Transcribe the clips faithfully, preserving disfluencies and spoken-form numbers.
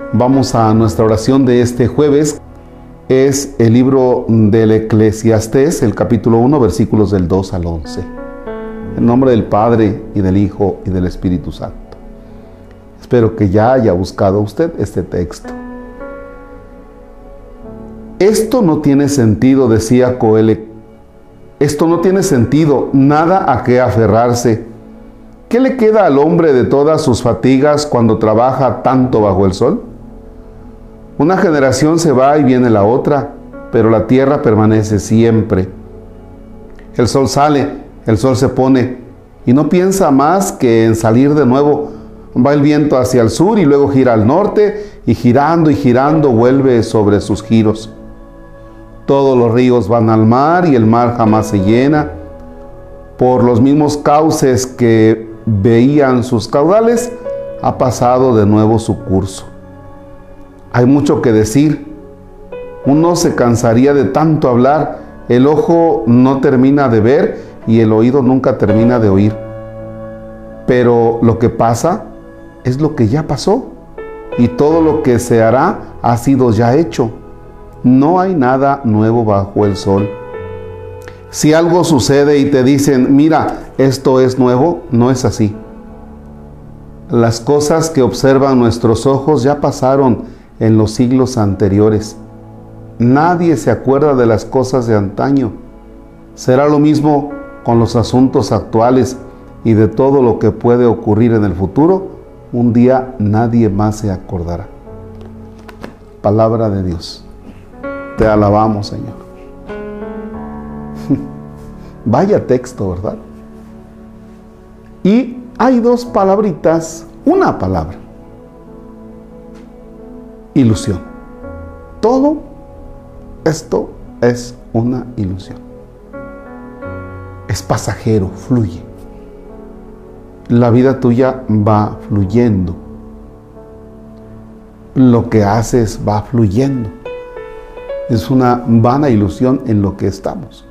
Vamos a nuestra oración de este jueves. Es el libro del Eclesiastés, el capítulo uno, versículos del dos al once. En nombre del Padre, y del Hijo, y del Espíritu Santo. Espero que ya haya buscado usted este texto. Esto no tiene sentido, decía Coelho. Esto no tiene sentido, nada a qué aferrarse. ¿Qué le queda al hombre de todas sus fatigas cuando trabaja tanto bajo el sol? Una generación se va y viene la otra, pero la tierra permanece siempre. El sol sale, el sol se pone, y no piensa más que en salir de nuevo. Va el viento hacia el sur y luego gira al norte, y girando y girando vuelve sobre sus giros. Todos los ríos van al mar y el mar jamás se llena. Por los mismos cauces que veían sus caudales, ha pasado de nuevo su curso. Hay mucho que decir. Uno se cansaría de tanto hablar. El ojo no termina de ver y el oído nunca termina de oír. Pero lo que pasa es lo que ya pasó, y todo lo que se hará ha sido ya hecho. No hay nada nuevo bajo el sol. Si algo sucede y te dicen, mira, esto es nuevo, no es así. Las cosas que observan nuestros ojos ya pasaron en los siglos anteriores. Nadie se acuerda de las cosas de antaño. Será lo mismo con los asuntos actuales, y de todo lo que puede ocurrir en el futuro, un día nadie más se acordará. Palabra de Dios. Te alabamos, Señor. Vaya texto, ¿verdad? Y hay dos palabritas, una palabra. Ilusión. Todo esto es una ilusión. Es pasajero, fluye. La vida tuya va fluyendo. Lo que haces va fluyendo. Es una vana ilusión en lo que estamos.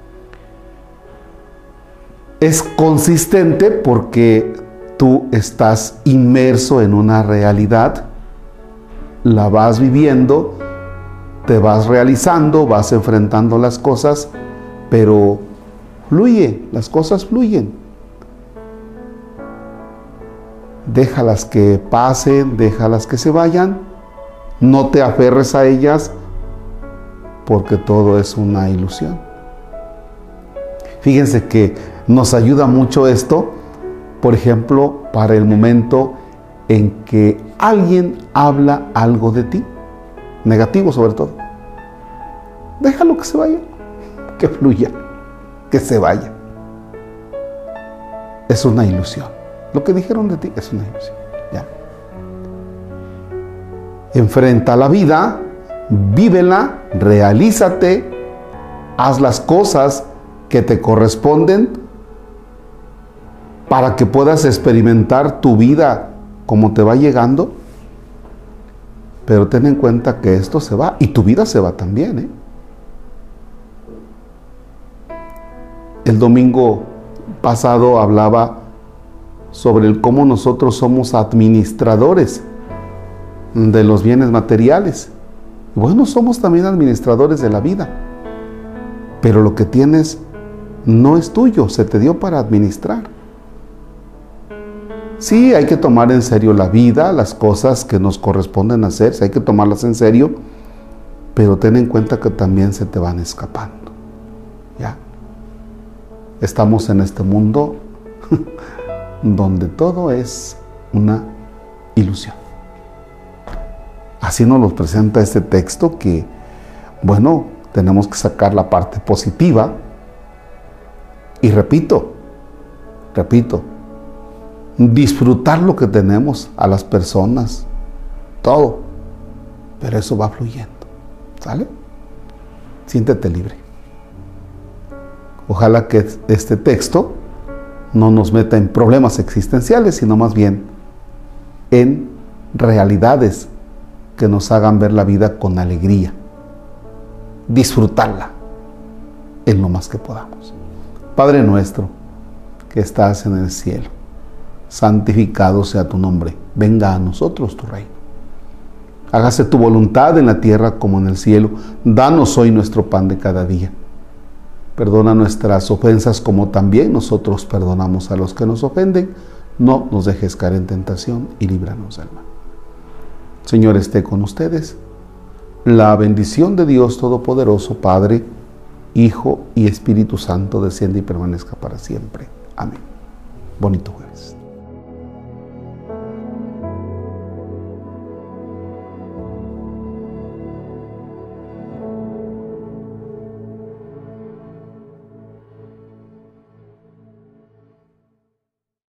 Es consistente porque tú estás inmerso en una realidad, la vas viviendo, te vas realizando, vas enfrentando las cosas, pero fluye, las cosas fluyen. Déjalas que pasen, déjalas que se vayan, no te aferres a ellas, porque todo es una ilusión. Fíjense que nos ayuda mucho esto, por ejemplo, para el momento en que alguien habla algo de ti, negativo sobre todo. Déjalo que se vaya, que fluya, que se vaya. Es una ilusión. Lo que dijeron de ti es una ilusión. ¿Ya? Enfrenta la vida, vívela, realízate, haz las cosas que te corresponden para que puedas experimentar tu vida como te va llegando. Pero ten en cuenta que esto se va y tu vida se va también, ¿eh? El domingo pasado hablaba sobre el cómo nosotros somos administradores de los bienes materiales. Bueno, somos también administradores de la vida, pero lo que tienes no es tuyo, se te dio para administrar. Sí, hay que tomar en serio la vida, las cosas que nos corresponden hacer, sí, hay que tomarlas en serio, pero ten en cuenta que también se te van escapando. ¿Ya? Estamos en este mundo donde todo es una ilusión. Así nos lo presenta este texto, que, bueno, tenemos que sacar la parte positiva. Y repito, repito, disfrutar lo que tenemos, a las personas, todo. Pero eso va fluyendo, ¿sale? Siéntete libre. Ojalá que este texto no nos meta en problemas existenciales, sino más bien en realidades que nos hagan ver la vida con alegría, disfrutarla en lo más que podamos. Padre nuestro que estás en el cielo, santificado sea tu nombre, venga a nosotros tu reino. Hágase tu voluntad en la tierra como en el cielo. Danos hoy nuestro pan de cada día. Perdona nuestras ofensas como también nosotros perdonamos a los que nos ofenden. No nos dejes caer en tentación y líbranos del mal. Señor, esté con ustedes. La bendición de Dios Todopoderoso, Padre, Hijo y Espíritu Santo, descienda y permanezca para siempre. Amén. Bonito jueves.